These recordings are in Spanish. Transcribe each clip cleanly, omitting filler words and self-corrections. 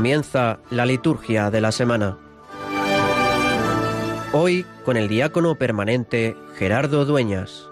Comienza la liturgia de la semana. Hoy con el diácono permanente Gerardo Dueñas.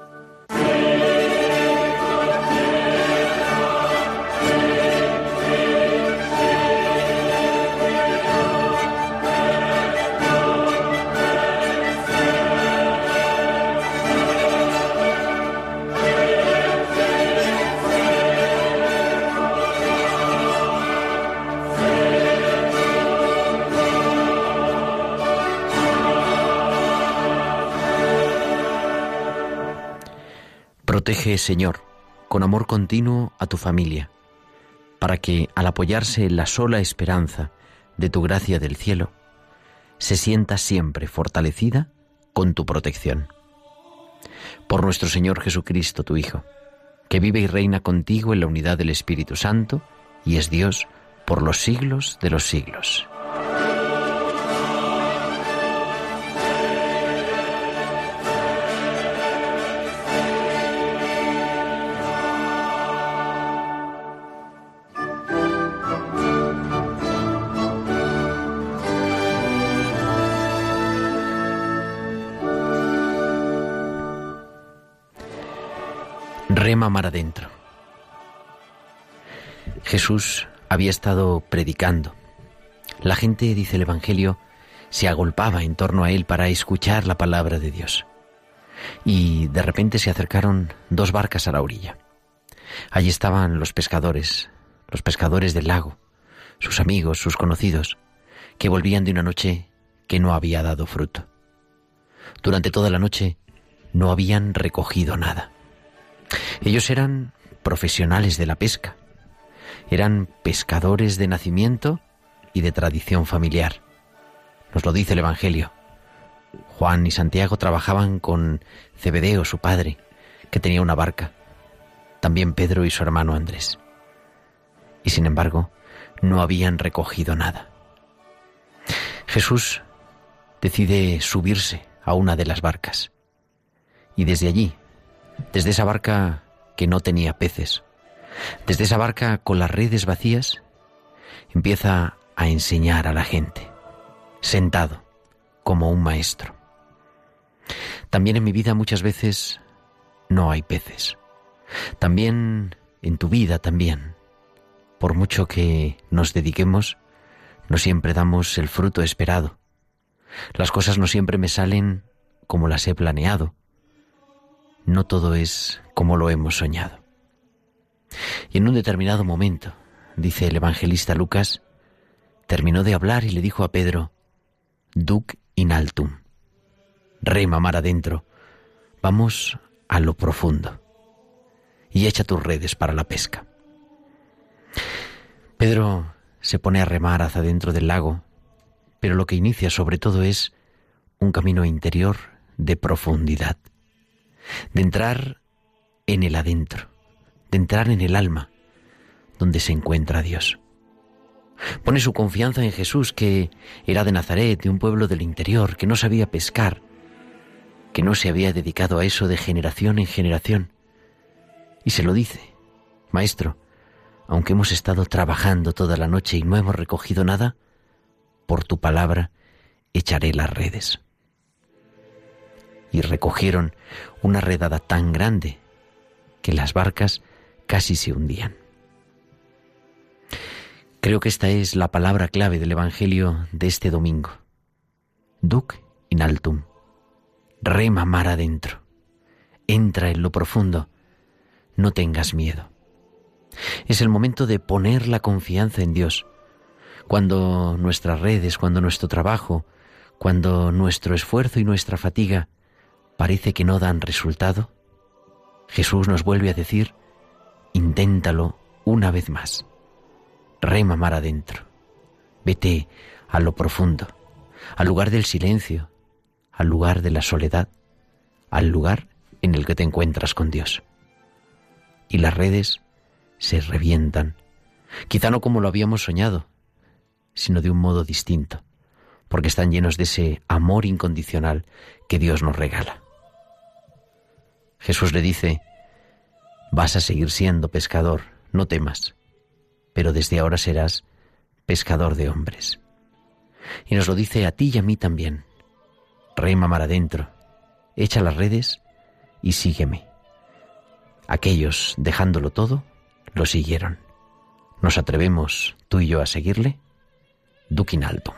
Protege, Señor, con amor continuo a tu familia, para que, al apoyarse en la sola esperanza de tu gracia del cielo, se sienta siempre fortalecida con tu protección. Por nuestro Señor Jesucristo, tu Hijo, que vive y reina contigo en la unidad del Espíritu Santo y es Dios por los siglos de los siglos. Rema mar adentro. Jesús había estado predicando. La gente, dice el Evangelio, se agolpaba en torno a él para escuchar la palabra de Dios. Y de repente se acercaron 2 barcas a la orilla. Allí estaban los pescadores del lago, sus amigos, sus conocidos, que volvían de una noche que no había dado fruto. Durante toda la noche no habían recogido nada. Ellos eran profesionales de la pesca, eran pescadores de nacimiento y de tradición familiar. Nos lo dice el Evangelio. Juan y Santiago trabajaban con Zebedeo, su padre, que tenía una barca. También Pedro y su hermano Andrés. Y sin embargo, no habían recogido nada. Jesús decide subirse a una de las barcas. Y desde allí, desde esa barca que no tenía peces, desde esa barca con las redes vacías, empieza a enseñar a la gente, sentado como un maestro. También en mi vida muchas veces no hay peces. También en tu vida también. Por mucho que nos dediquemos, no siempre damos el fruto esperado. Las cosas no siempre me salen como las he planeado. No todo es como lo hemos soñado. Y en un determinado momento, dice el evangelista Lucas, terminó de hablar y le dijo a Pedro: Duc in altum, rema mar adentro, vamos a lo profundo y echa tus redes para la pesca. Pedro se pone a remar hacia dentro del lago, pero lo que inicia sobre todo es un camino interior de profundidad, de entrar en el adentro, de entrar en el alma, donde se encuentra Dios. Pone su confianza en Jesús, que era de Nazaret, de un pueblo del interior, que no sabía pescar, que no se había dedicado a eso de generación en generación. Y se lo dice: Maestro, aunque hemos estado trabajando toda la noche y no hemos recogido nada, por tu palabra echaré las redes. Y recogieron una redada tan grande que las barcas casi se hundían. Creo que esta es la palabra clave del Evangelio de este domingo. Duc in altum, rema mar adentro, entra en lo profundo, no tengas miedo. Es el momento de poner la confianza en Dios. Cuando nuestras redes, cuando nuestro trabajo, cuando nuestro esfuerzo y nuestra fatiga parece que no dan resultado, Jesús nos vuelve a decir: inténtalo una vez más. Rema mar adentro. Vete a lo profundo, al lugar del silencio, al lugar de la soledad, al lugar en el que te encuentras con Dios. Y las redes se revientan, quizá no como lo habíamos soñado, sino de un modo distinto, porque están llenos de ese amor incondicional que Dios nos regala. Jesús le dice: vas a seguir siendo pescador, no temas, pero desde ahora serás pescador de hombres. Y nos lo dice a ti y a mí también. Rema mar adentro, echa las redes y sígueme. Aquellos, dejándolo todo, lo siguieron. ¿Nos atrevemos, tú y yo, a seguirle? Duc in altum.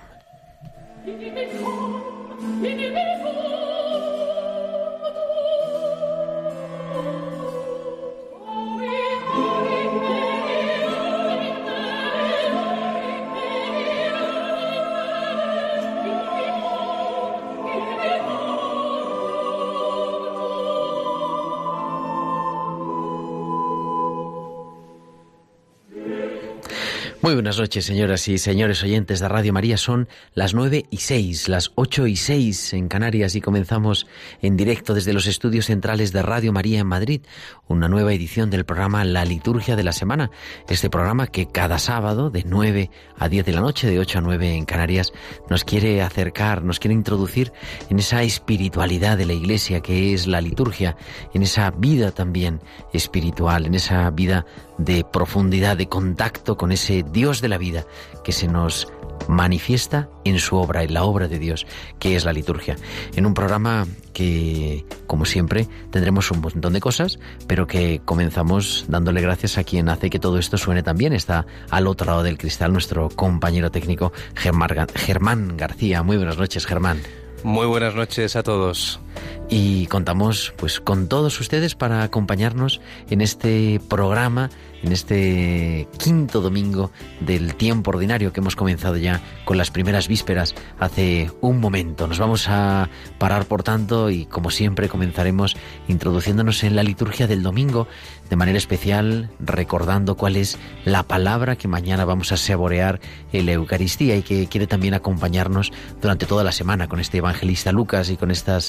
Muy buenas noches, señoras y señores oyentes de Radio María. Son las 9:06, las 8:06 en Canarias y comenzamos en directo desde los estudios centrales de Radio María en Madrid, una nueva edición del programa La Liturgia de la Semana. Este programa que cada sábado de 9 a 10 de la noche, de 8 a 9 en Canarias, nos quiere acercar, nos quiere introducir en esa espiritualidad de la Iglesia que es la liturgia, en esa vida también espiritual, en esa vida de profundidad, de contacto con ese Dios de la vida que se nos manifiesta en su obra, en la obra de Dios, que es la liturgia. En un programa que, como siempre, tendremos un montón de cosas, pero que comenzamos dándole gracias a quien hace que todo esto suene tan bien. Está al otro lado del cristal nuestro compañero técnico, Germán García. Muy buenas noches, Germán. Muy buenas noches a todos. Y contamos pues con todos ustedes para acompañarnos en este programa, en este quinto domingo del tiempo ordinario que hemos comenzado ya con las primeras vísperas hace un momento. Nos vamos a parar, por tanto, y como siempre comenzaremos introduciéndonos en la liturgia del domingo, de manera especial recordando cuál es la palabra que mañana vamos a saborear en la Eucaristía y que quiere también acompañarnos durante toda la semana con este evangelista Lucas y con esta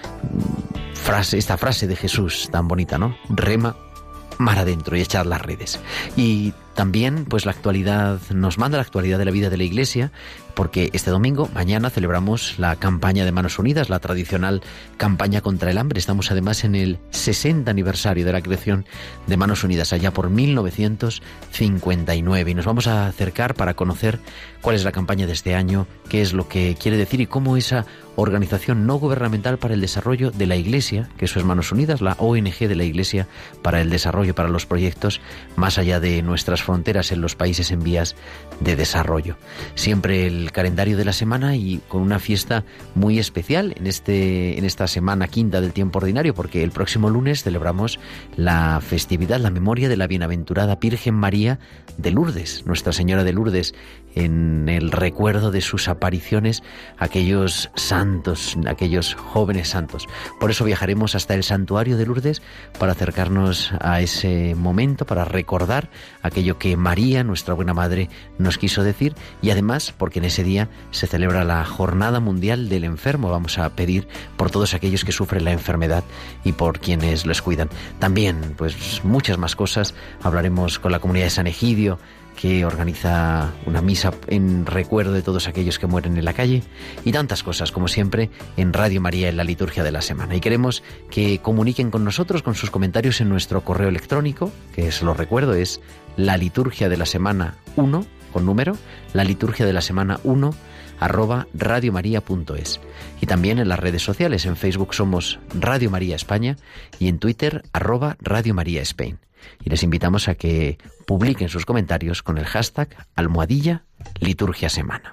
frase de Jesús tan bonita, ¿no? Rema mar adentro y echad las redes. Y también, pues la actualidad nos manda la actualidad de la vida de la Iglesia, porque este domingo, mañana, celebramos la campaña de Manos Unidas, la tradicional campaña contra el hambre. Estamos además en el 60 aniversario de la creación de Manos Unidas, allá por 1959. Y nos vamos a acercar para conocer cuál es la campaña de este año, qué es lo que quiere decir y cómo esa organización no gubernamental para el desarrollo de la Iglesia, que eso es Manos Unidas, la ONG de la Iglesia para el desarrollo, para los proyectos más allá de nuestras fronteras en los países en vías de desarrollo. Siempre el calendario de la semana y con una fiesta muy especial en esta semana quinta del tiempo ordinario, porque el próximo lunes celebramos la festividad, la memoria de la bienaventurada Virgen María de Lourdes, Nuestra Señora de Lourdes, en el recuerdo de sus apariciones, aquellos santos, aquellos jóvenes santos. Por eso viajaremos hasta el santuario de Lourdes para acercarnos a ese momento, para recordar aquello que María, nuestra buena madre, nos quiso decir, y además porque en ese día se celebra la Jornada Mundial del Enfermo. Vamos a pedir por todos aquellos que sufren la enfermedad y por quienes los cuidan. También, pues muchas más cosas. Hablaremos con la comunidad de San Egidio, que organiza una misa en recuerdo de todos aquellos que mueren en la calle, y tantas cosas, como siempre, en Radio María, en la liturgia de la semana. Y queremos que comuniquen con nosotros con sus comentarios en nuestro correo electrónico, que os lo recuerdo, es la liturgia de la semana 1, con número, la liturgia de la semana 1, @radiomaria.es. Y también en las redes sociales, en Facebook somos Radio María España y en Twitter @Radio María Spain. Y les invitamos a que publiquen sus comentarios con el hashtag #Liturgia Semana.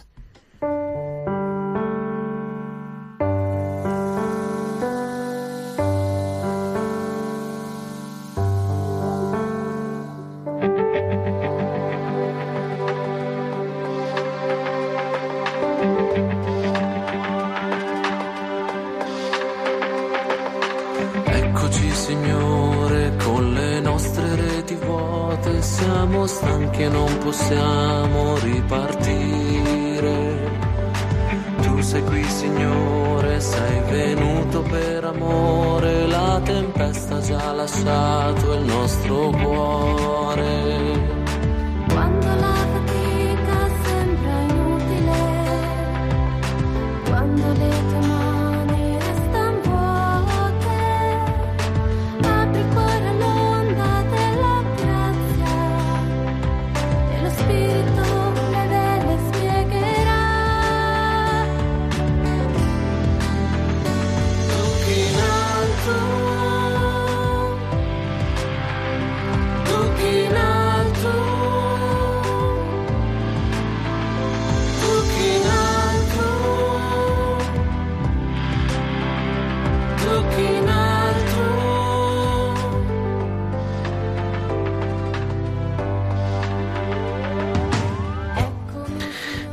Siamo stanchi e non possiamo ripartire. Tu sei qui, Signore, sei venuto per amore. La tempesta ha già lasciato il nostro cuore. Quando la fatica sembra inutile, quando le tue mani restano vuote, apri il cuore all'onda della grazia e lo Spirito le vele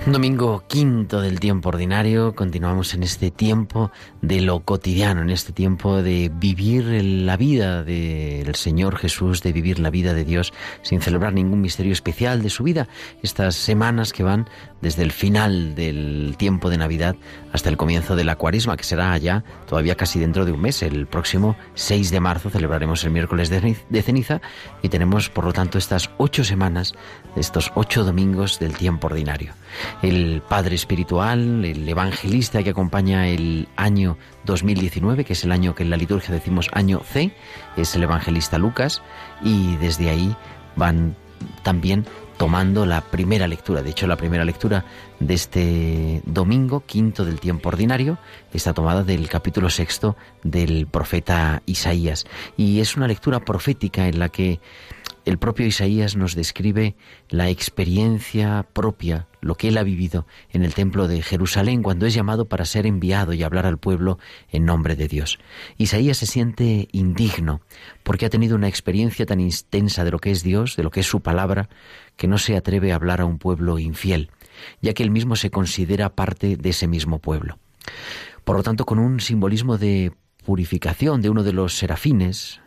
Domingo quinto del tiempo ordinario, continuamos en este tiempo de lo cotidiano, en este tiempo de vivir la vida del Señor Jesús, de vivir la vida de Dios sin celebrar ningún misterio especial de su vida. Estas semanas que van desde el final del tiempo de Navidad hasta el comienzo de la Cuaresma, que será ya todavía casi dentro de un mes. El próximo 6 de marzo celebraremos el miércoles de ceniza y tenemos, por lo tanto, estas 8 semanas, estos 8 domingos del tiempo ordinario. El Padre Espiritual, el evangelista que acompaña el año 2019, que es el año que en la liturgia decimos año C, es el evangelista Lucas, y desde ahí van también tomando la primera lectura. De hecho, la primera lectura de este domingo quinto del tiempo ordinario está tomada del capítulo 6 del profeta Isaías, y es una lectura profética en la que el propio Isaías nos describe la experiencia propia, lo que él ha vivido en el templo de Jerusalén cuando es llamado para ser enviado y hablar al pueblo en nombre de Dios. Isaías se siente indigno porque ha tenido una experiencia tan intensa de lo que es Dios, de lo que es su palabra, que no se atreve a hablar a un pueblo infiel, ya que él mismo se considera parte de ese mismo pueblo. Por lo tanto, con un simbolismo de purificación de uno de los serafines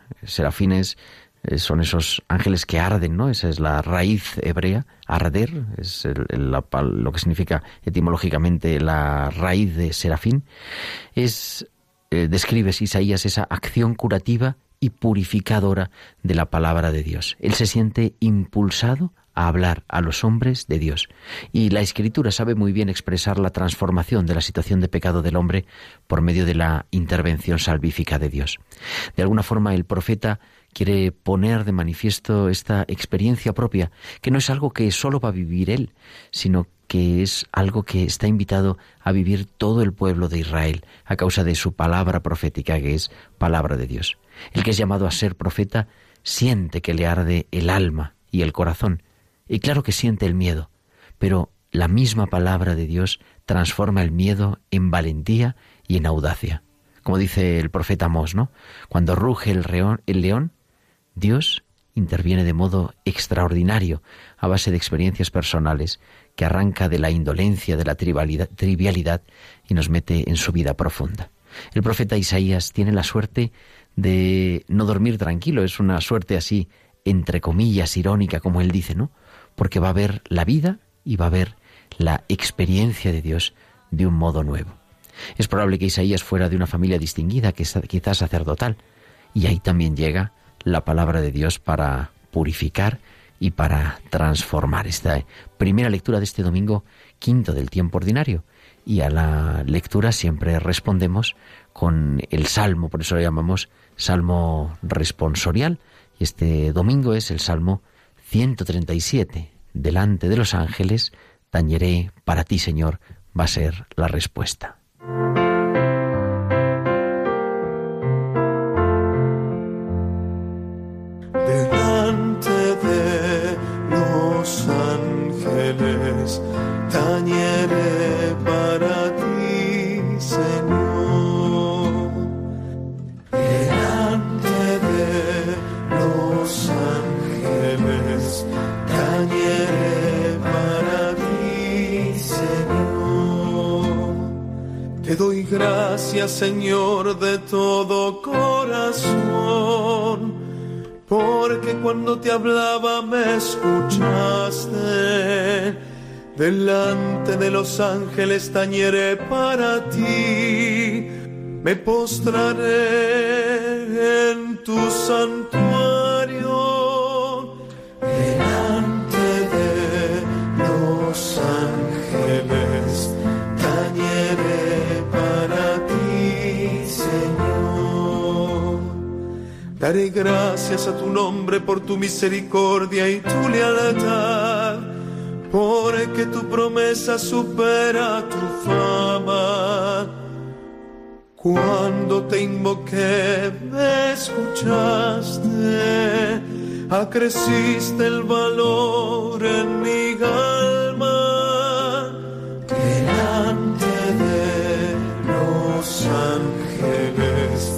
son esos ángeles que arden, ¿no? Esa es la raíz hebrea, arder, es lo que significa etimológicamente la raíz de serafín. Describe Isaías esa acción curativa y purificadora de la palabra de Dios. Él se siente impulsado a hablar a los hombres de Dios. Y la Escritura sabe muy bien expresar la transformación de la situación de pecado del hombre por medio de la intervención salvífica de Dios. De alguna forma, el profeta quiere poner de manifiesto esta experiencia propia, que no es algo que solo va a vivir él, sino que es algo que está invitado a vivir todo el pueblo de Israel a causa de su palabra profética, que es palabra de Dios. El que es llamado a ser profeta siente que le arde el alma y el corazón, y claro que siente el miedo, pero la misma palabra de Dios transforma el miedo en valentía y en audacia. Como dice el profeta Amós, ¿no? Cuando ruge el león, Dios interviene de modo extraordinario a base de experiencias personales que arranca de la indolencia, de la trivialidad y nos mete en su vida profunda. El profeta Isaías tiene la suerte de no dormir tranquilo, es una suerte así, entre comillas, irónica, como él dice, ¿no? Porque va a ver la vida y va a ver la experiencia de Dios de un modo nuevo. Es probable que Isaías fuera de una familia distinguida, quizás sacerdotal, y ahí también llega la palabra de Dios para purificar y para transformar. Esta primera lectura de este domingo quinto del tiempo ordinario, y a la lectura siempre respondemos con el Salmo, por eso lo llamamos Salmo responsorial, y este domingo es el Salmo 137, delante de los ángeles, tañeré para ti, Señor, va a ser la respuesta. Delante de los ángeles, tañeré para ti, Señor. Delante de los ángeles, tañeré para ti, Señor. Te doy gracias, Señor, de todo corazón, porque cuando te hablaba me escuchaste. Delante de los ángeles tañeré para ti, me postraré en tu santuario. Delante de los ángeles tañeré para ti, Señor. Daré gracias a tu nombre por tu misericordia y tu lealtad, porque tu promesa supera tu fama. Cuando te invoqué, me escuchaste, acreciste el valor en mi alma. Delante de los ángeles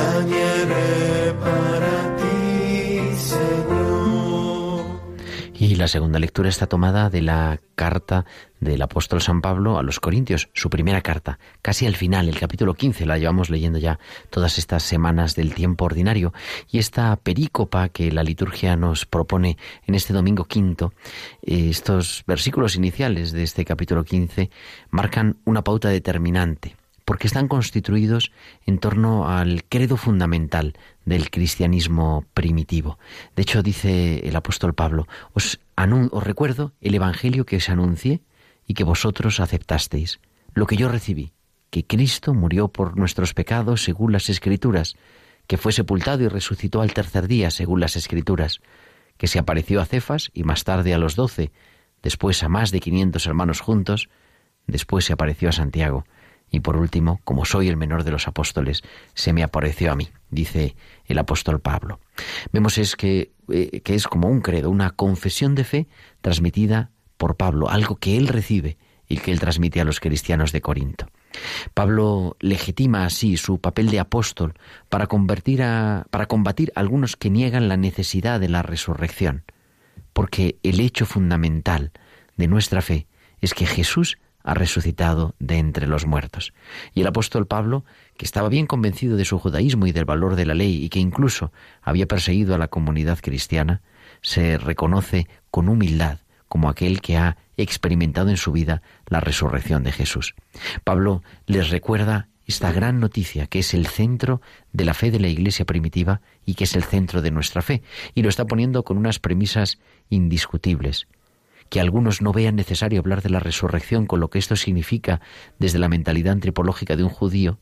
tañeré para ti, Señor. Y Y la segunda lectura está tomada de la carta del apóstol San Pablo a los Corintios, su primera carta, casi al final, el capítulo 15, la llevamos leyendo ya todas estas semanas del tiempo ordinario, y esta perícopa que la liturgia nos propone en este domingo quinto, estos versículos iniciales de este capítulo 15 marcan una pauta determinante, porque están constituidos en torno al credo fundamental del cristianismo primitivo. De hecho, dice el apóstol Pablo, os recuerdo el evangelio que os anuncié y que vosotros aceptasteis, lo que yo recibí, que Cristo murió por nuestros pecados según las Escrituras, que fue sepultado y resucitó al tercer día según las Escrituras, que se apareció a Cefas y más tarde a los 12, después a más de 500 hermanos juntos, después se apareció a Santiago, y por último, como soy el menor de los apóstoles, se me apareció a mí, dice el apóstol Pablo. Vemos que es como un credo, una confesión de fe transmitida por Pablo, algo que él recibe y que él transmite a los cristianos de Corinto. Pablo legitima así su papel de apóstol para combatir a algunos que niegan la necesidad de la resurrección, porque el hecho fundamental de nuestra fe es que Jesús ha resucitado de entre los muertos. Y el apóstol Pablo, que estaba bien convencido de su judaísmo y del valor de la ley y que incluso había perseguido a la comunidad cristiana, se reconoce con humildad como aquel que ha experimentado en su vida la resurrección de Jesús. Pablo les recuerda esta gran noticia que es el centro de la fe de la Iglesia primitiva y que es el centro de nuestra fe, y lo está poniendo con unas premisas indiscutibles. Que algunos no vean necesario hablar de la resurrección con lo que esto significa desde la mentalidad antropológica de un judío,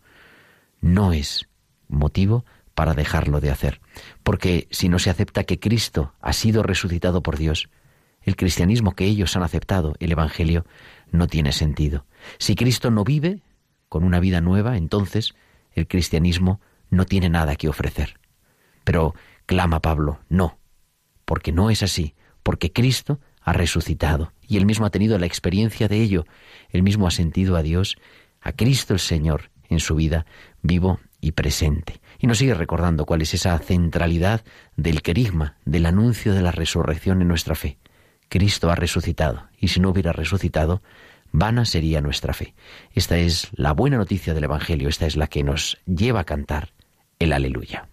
no es motivo para dejarlo de hacer. Porque si no se acepta que Cristo ha sido resucitado por Dios, el cristianismo que ellos han aceptado, el Evangelio, no tiene sentido. Si Cristo no vive con una vida nueva, entonces el cristianismo no tiene nada que ofrecer. Pero clama Pablo, no, porque no es así, porque Cristo ha resucitado y él mismo ha tenido la experiencia de ello. Él mismo ha sentido a Dios, a Cristo el Señor, en su vida vivo y presente. Y nos sigue recordando cuál es esa centralidad del querigma, del anuncio de la resurrección en nuestra fe. Cristo ha resucitado, y si no hubiera resucitado, vana sería nuestra fe. Esta es la buena noticia del Evangelio, esta es la que nos lleva a cantar el Aleluya.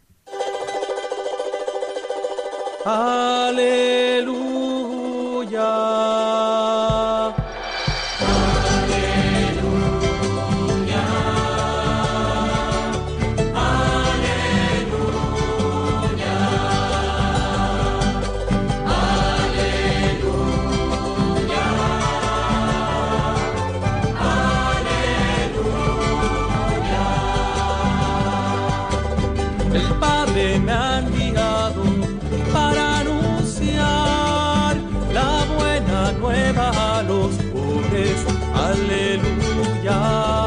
Aleluya. El Padre me ha enviado para anunciar la buena nueva a los pobres. Aleluya.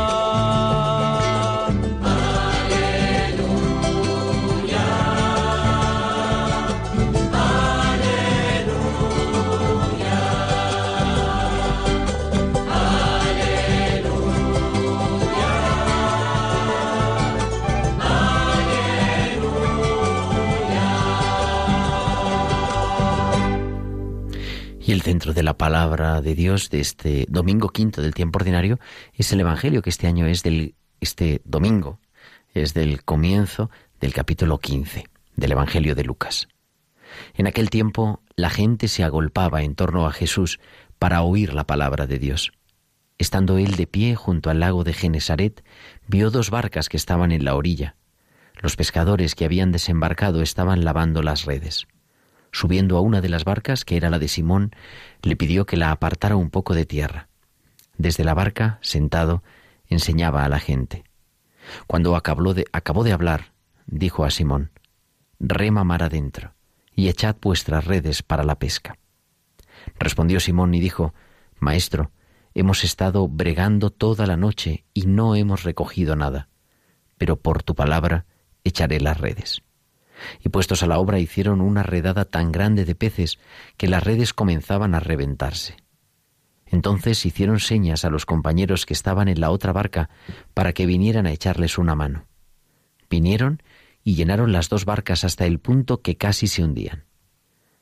Y el centro de la palabra de Dios de este domingo quinto del tiempo ordinario es el Evangelio, que este año es este domingo es del comienzo del capítulo 15 del Evangelio de Lucas. En aquel tiempo la gente se agolpaba en torno a Jesús para oír la palabra de Dios. Estando él de pie junto al lago de Genesaret, vio 2 barcas que estaban en la orilla. Los pescadores que habían desembarcado estaban lavando las redes. Subiendo a una de las barcas, que era la de Simón, le pidió que la apartara un poco de tierra. Desde la barca, sentado, enseñaba a la gente. Cuando acabó de hablar, dijo a Simón: «Rema mar adentro, y echad vuestras redes para la pesca». Respondió Simón y dijo: «Maestro, hemos estado bregando toda la noche y no hemos recogido nada, pero por tu palabra echaré las redes». Y puestos a la obra hicieron una redada tan grande de peces que las redes comenzaban a reventarse. Entonces hicieron señas a los compañeros que estaban en la otra barca para que vinieran a echarles una mano. Vinieron y llenaron las 2 barcas hasta el punto que casi se hundían.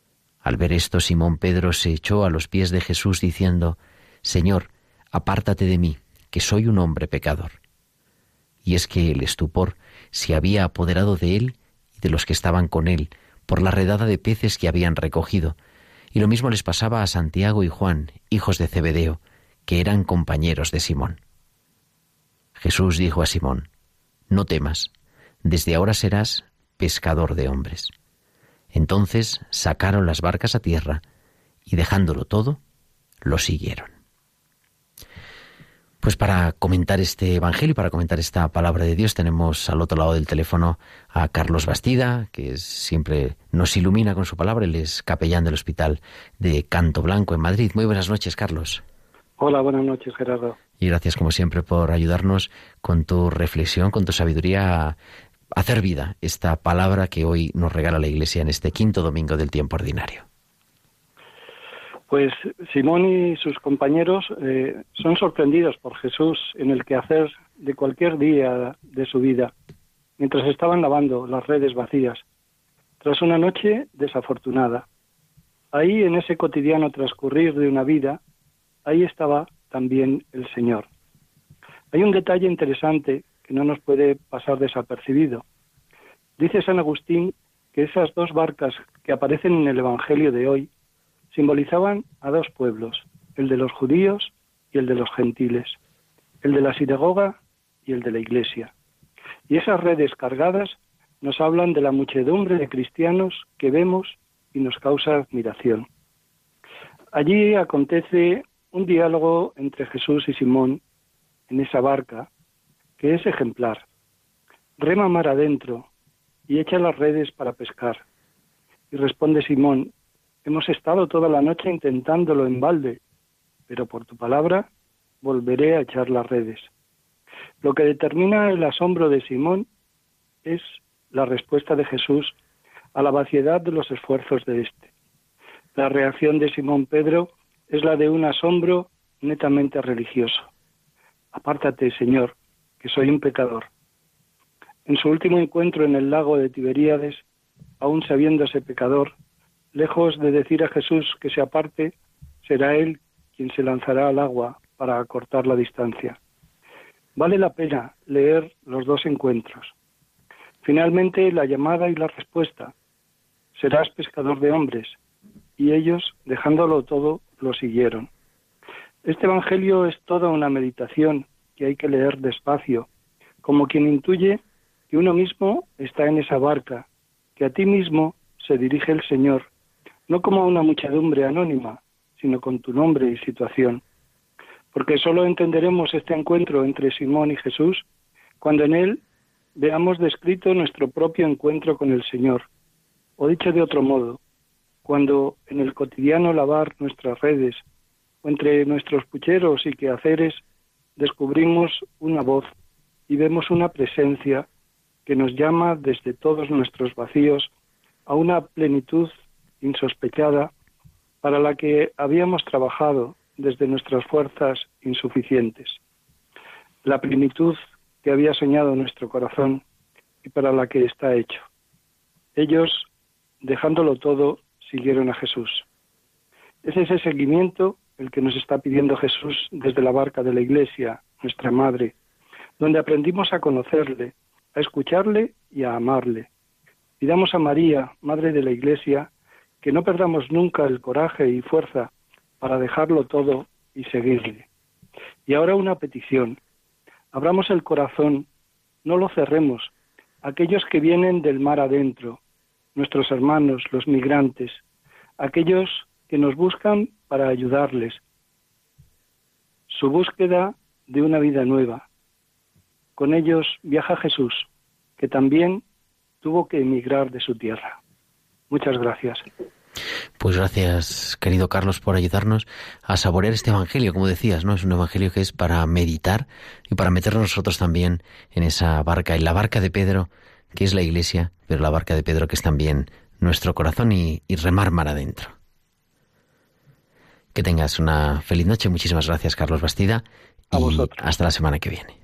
Al ver esto, Simón Pedro se echó a los pies de Jesús diciendo: Señor, apártate de mí, que soy un hombre pecador. Y es que el estupor se había apoderado de él y de los que estaban con él por la redada de peces que habían recogido, y lo mismo les pasaba a Santiago y Juan, hijos de Zebedeo, que eran compañeros de Simón. Jesús dijo a Simón: No temas, desde ahora serás pescador de hombres. Entonces sacaron las barcas a tierra y, dejándolo todo, lo siguieron. Pues para comentar este evangelio, para comentar esta palabra de Dios, tenemos al otro lado del teléfono a Carlos Bastida, que siempre nos ilumina con su palabra. Él es capellán del Hospital de Canto Blanco en Madrid. Muy buenas noches, Carlos. Hola, buenas noches, Gerardo. Y gracias, como siempre, por ayudarnos con tu reflexión, con tu sabiduría, a hacer vida esta palabra que hoy nos regala la Iglesia en este quinto domingo del tiempo ordinario. Pues Simón y sus compañeros son sorprendidos por Jesús en el quehacer de cualquier día de su vida, mientras estaban lavando las redes vacías, tras una noche desafortunada. Ahí, en ese cotidiano transcurrir de una vida, ahí estaba también el Señor. Hay un detalle interesante que no nos puede pasar desapercibido. Dice San Agustín que esas dos barcas que aparecen en el Evangelio de hoy simbolizaban a dos pueblos, el de los judíos y el de los gentiles, el de la sinagoga y el de la iglesia. Y esas redes cargadas nos hablan de la muchedumbre de cristianos que vemos y nos causa admiración. Allí acontece un diálogo entre Jesús y Simón en esa barca, que es ejemplar. Rema mar adentro y echa las redes para pescar. Y responde Simón: Hemos estado toda la noche intentándolo en balde, pero por tu palabra volveré a echar las redes. Lo que determina el asombro de Simón es la respuesta de Jesús a la vaciedad de los esfuerzos de éste. La reacción de Simón Pedro es la de un asombro netamente religioso. Apártate, Señor, que soy un pecador. En su último encuentro en el lago de Tiberíades, aún sabiéndose pecador, lejos de decir a Jesús que se aparte, será él quien se lanzará al agua para acortar la distancia. Vale la pena leer los dos encuentros. Finalmente, la llamada y la respuesta: serás pescador de hombres, y ellos, dejándolo todo, lo siguieron. Este Evangelio es toda una meditación que hay que leer despacio, como quien intuye que uno mismo está en esa barca, que a ti mismo se dirige el Señor, no como a una muchedumbre anónima, sino con tu nombre y situación. Porque solo entenderemos este encuentro entre Simón y Jesús cuando en él veamos descrito nuestro propio encuentro con el Señor. O dicho de otro modo, cuando en el cotidiano lavar nuestras redes, o entre nuestros pucheros y quehaceres, descubrimos una voz y vemos una presencia que nos llama desde todos nuestros vacíos a una plenitud insospechada para la que habíamos trabajado desde nuestras fuerzas insuficientes. La plenitud que había soñado nuestro corazón y para la que está hecho. Ellos, dejándolo todo, siguieron a Jesús. Es ese seguimiento el que nos está pidiendo Jesús desde la barca de la Iglesia, nuestra Madre, donde aprendimos a conocerle, a escucharle y a amarle. Pidamos a María, Madre de la Iglesia, que no perdamos nunca el coraje y fuerza para dejarlo todo y seguirle. Y ahora una petición. Abramos el corazón, no lo cerremos. Aquellos que vienen del mar adentro, nuestros hermanos, los migrantes, aquellos que nos buscan para ayudarles. Su búsqueda de una vida nueva. Con ellos viaja Jesús, que también tuvo que emigrar de su tierra. Muchas gracias. Pues gracias, querido Carlos, por ayudarnos a saborear este evangelio, como decías, ¿no? Es un evangelio que es para meditar y para meternos nosotros también en esa barca, en la barca de Pedro, que es la Iglesia, pero la barca de Pedro que es también nuestro corazón y remar mar adentro. Que tengas una feliz noche. Muchísimas gracias, Carlos Bastida. A vosotros. Hasta la semana que viene.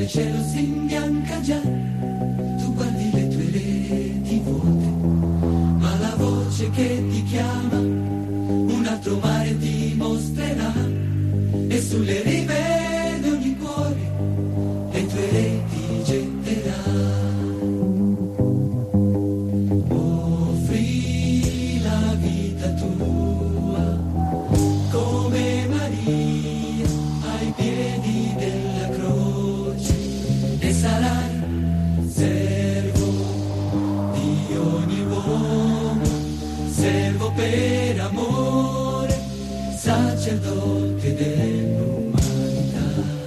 cielo si imbianca già, tu guardi le tue reti vuote, ma la voce che ti chiama un altro mare ti mostrerà, e sulle rive di ogni cuore le tue reti getterà. Offri la vita tua come Maria ai piedi della croce, e sarai servo di ogni uomo, servo per amore, sacerdote dell'umanità.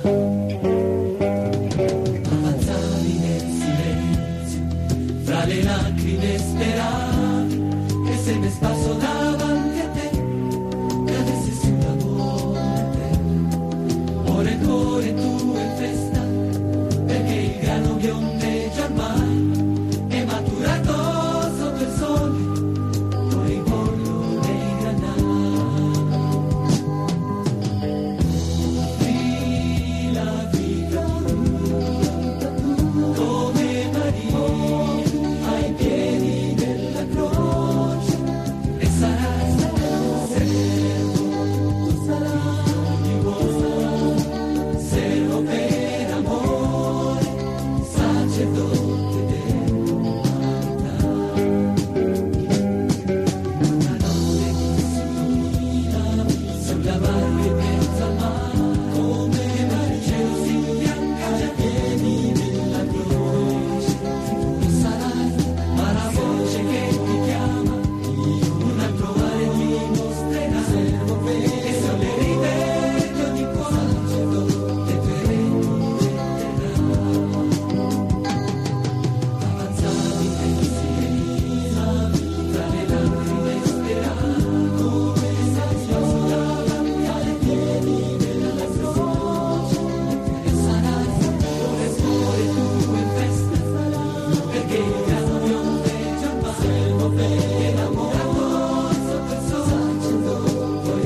Avanzavi nel silenzio, fra le lacrime speravi che se ne spasso davanti a te cadesse sulla buona terra. Ora il cuore tuo è festa, perché il grano biondeggia ormai, è maturato sotto il sole, con il pollo dei granai. Offri la vita tua come Maria ai piedi della croce, e sarai servo di uomo, servo per amore, sacerdote dell'umanità. Una notte dissimila sulla barca in mezzo al mare, come il cielo si imbianca ai piedi della croce, tu sarai, ma la voce che ti chiama un altro mare ti mostrerà, e sulle rive di ogni cuore le tue reti getterà. Avanzavi nel silenzio, tra le lacrime speravi, come se si passava ai piedi della croce, e sarai ora il cuore tuo in festa, perché il grano biondeggia ormai, servo per amore, sotto il sole, sacerdote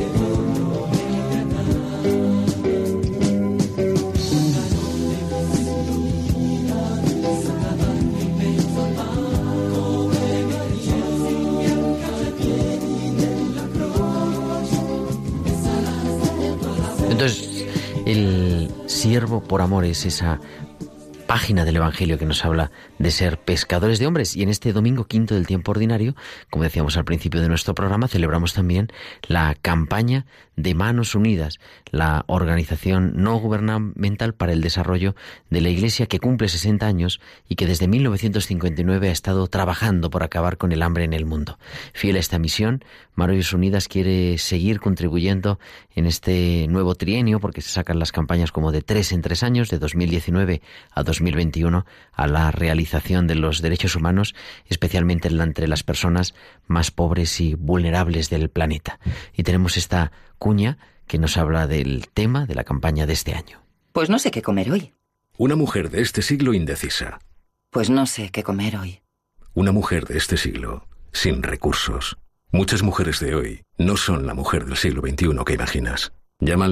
Entonces, el siervo por amor es esa página del Evangelio que nos habla de ser pescadores de hombres. Y en este domingo quinto del tiempo ordinario, como decíamos al principio de nuestro programa, celebramos también la campaña de Manos Unidas, la organización no gubernamental para el desarrollo de la Iglesia, que cumple 60 años y que desde 1959 ha estado trabajando por acabar con el hambre en el mundo. Fiel a esta misión, Manos Unidas quiere seguir contribuyendo en este nuevo trienio, porque se sacan las campañas como de 3 en 3 años, de 2019 a 2021, a la realización de los derechos humanos, especialmente entre las personas más pobres y vulnerables del planeta. Y tenemos esta cuña que nos habla del tema de la campaña de este año. Pues no sé qué comer hoy. Una mujer de este siglo indecisa. Pues no sé qué comer hoy. Una mujer de este siglo sin recursos. Muchas mujeres de hoy no son la mujer del siglo XXI que imaginas. Llama al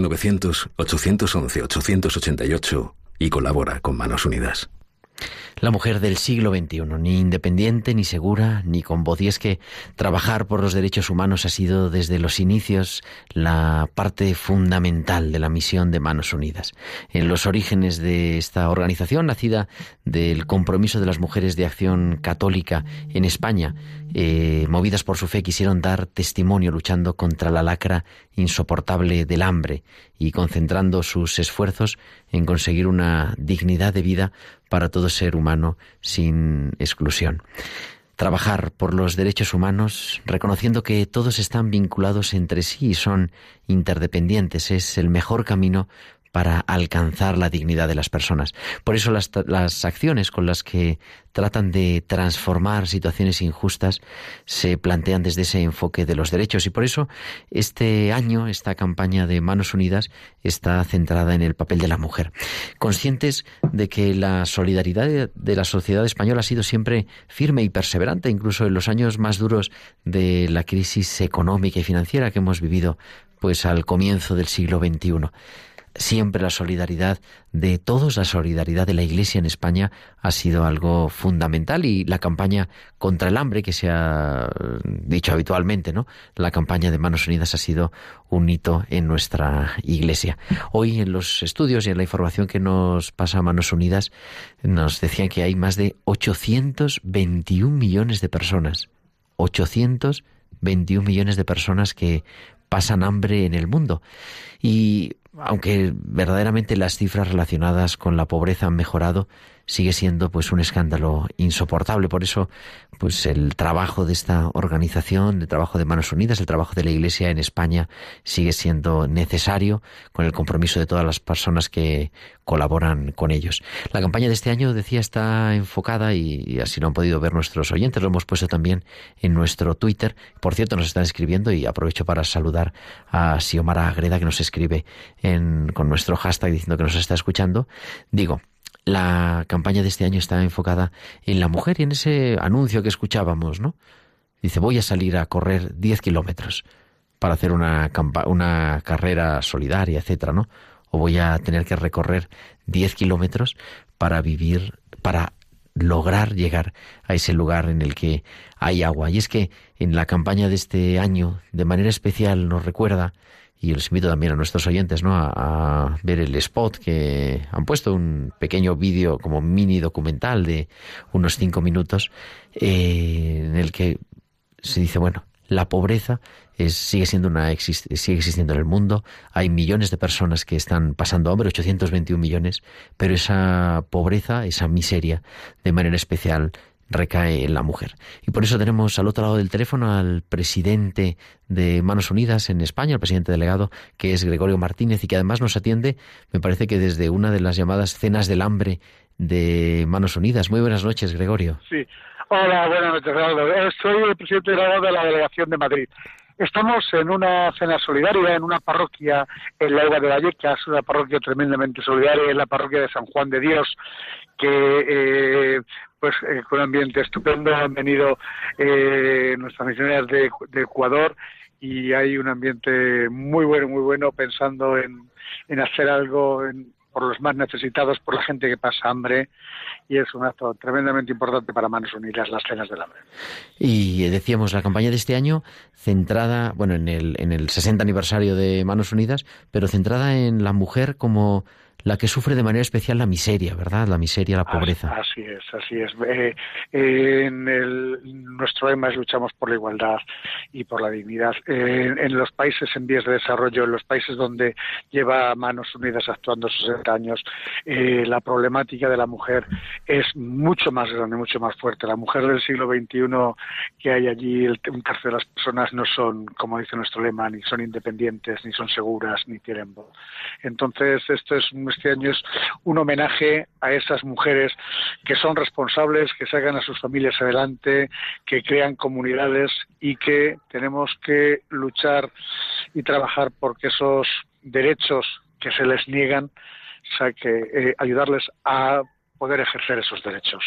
900-811-888 y colabora con Manos Unidas. La mujer del siglo XXI, ni independiente, ni segura, ni con voz. Y es que trabajar por los derechos humanos ha sido desde los inicios la parte fundamental de la misión de Manos Unidas. En los orígenes de esta organización, nacida del compromiso de las mujeres de Acción Católica en España, movidas por su fe, quisieron dar testimonio luchando contra la lacra insoportable del hambre y concentrando sus esfuerzos en conseguir una dignidad de vida para todo ser humano sin exclusión. Trabajar por los derechos humanos, reconociendo que todos están vinculados entre sí y son interdependientes, es el mejor camino para alcanzar la dignidad de las personas. Por eso las acciones con las que tratan de transformar situaciones injustas se plantean desde ese enfoque de los derechos. Y por eso este año, esta campaña de Manos Unidas está centrada en el papel de la mujer. Conscientes de que la solidaridad de la sociedad española ha sido siempre firme y perseverante, incluso en los años más duros de la crisis económica y financiera que hemos vivido pues al comienzo del siglo XXI. siempre la solidaridad de todos, la solidaridad de la Iglesia en España ha sido algo fundamental, y la campaña contra el hambre, que se ha dicho habitualmente, ¿no? La campaña de Manos Unidas ha sido un hito en nuestra Iglesia. Hoy en los estudios y en la información que nos pasa Manos Unidas nos decían que hay más de 821 millones de personas. 821 millones de personas que pasan hambre en el mundo. Y aunque verdaderamente las cifras relacionadas con la pobreza han mejorado, sigue siendo pues un escándalo insoportable. Por eso pues el trabajo de esta organización, el trabajo de Manos Unidas, el trabajo de la Iglesia en España sigue siendo necesario, con el compromiso de todas las personas que colaboran con ellos. La campaña de este año, decía, está enfocada, y así lo han podido ver nuestros oyentes, lo hemos puesto también en nuestro Twitter. Por cierto, nos están escribiendo, y aprovecho para saludar a Xiomara Agreda, que nos escribe con nuestro hashtag diciendo que nos está escuchando. Digo, la campaña de este año está enfocada en la mujer, y en ese anuncio que escuchábamos, ¿no? Dice, voy a salir a correr 10 kilómetros para hacer una carrera solidaria, etcétera, ¿no? O voy a tener que recorrer 10 kilómetros para lograr llegar a ese lugar en el que hay agua. Y es que en la campaña de este año, de manera especial, nos recuerda, y les invito también a nuestros oyentes, ¿no?, a ver el spot que han puesto, un pequeño vídeo como mini documental de unos 5 minutos, en el que se dice, bueno, la pobreza sigue existiendo en el mundo. Hay millones de personas que están pasando hambre, 821 millones, pero esa pobreza, esa miseria, de manera especial recae en la mujer. Y por eso tenemos al otro lado del teléfono al presidente de Manos Unidas en España, el presidente delegado, que es Gregorio Martínez, y que además nos atiende, me parece que desde una de las llamadas cenas del hambre de Manos Unidas. Muy buenas noches, Gregorio. Sí. Hola, buenas noches, Gerardo. Soy el presidente delegado de la Delegación de Madrid. Estamos en una cena solidaria en una parroquia en la Eva de Vallecas, una parroquia tremendamente solidaria, en la parroquia de San Juan de Dios, que con un ambiente estupendo han venido nuestras misioneras de Ecuador, y hay un ambiente muy bueno, pensando en hacer algo por los más necesitados, por la gente que pasa hambre, y es un acto tremendamente importante para Manos Unidas, las cenas del hambre. Y decíamos, la campaña de este año centrada, bueno, en el 60 aniversario de Manos Unidas, pero centrada en la mujer como la que sufre de manera especial la miseria, ¿verdad? La miseria, la pobreza. Así es. Nuestro lema es luchamos por la igualdad y por la dignidad. En los países en vías de desarrollo, en los países donde lleva Manos Unidas actuando 60 años, la problemática de la mujer es mucho más grande, mucho más fuerte. La mujer del siglo XXI que hay allí, un tercio de las personas no son, como dice nuestro lema, ni son independientes, ni son seguras, ni tienen voz. Entonces, este año es un homenaje a esas mujeres que son responsables, que sacan a sus familias adelante, que crean comunidades, y que tenemos que luchar y trabajar porque esos derechos que se les niegan, o sea, que ayudarles a poder ejercer esos derechos.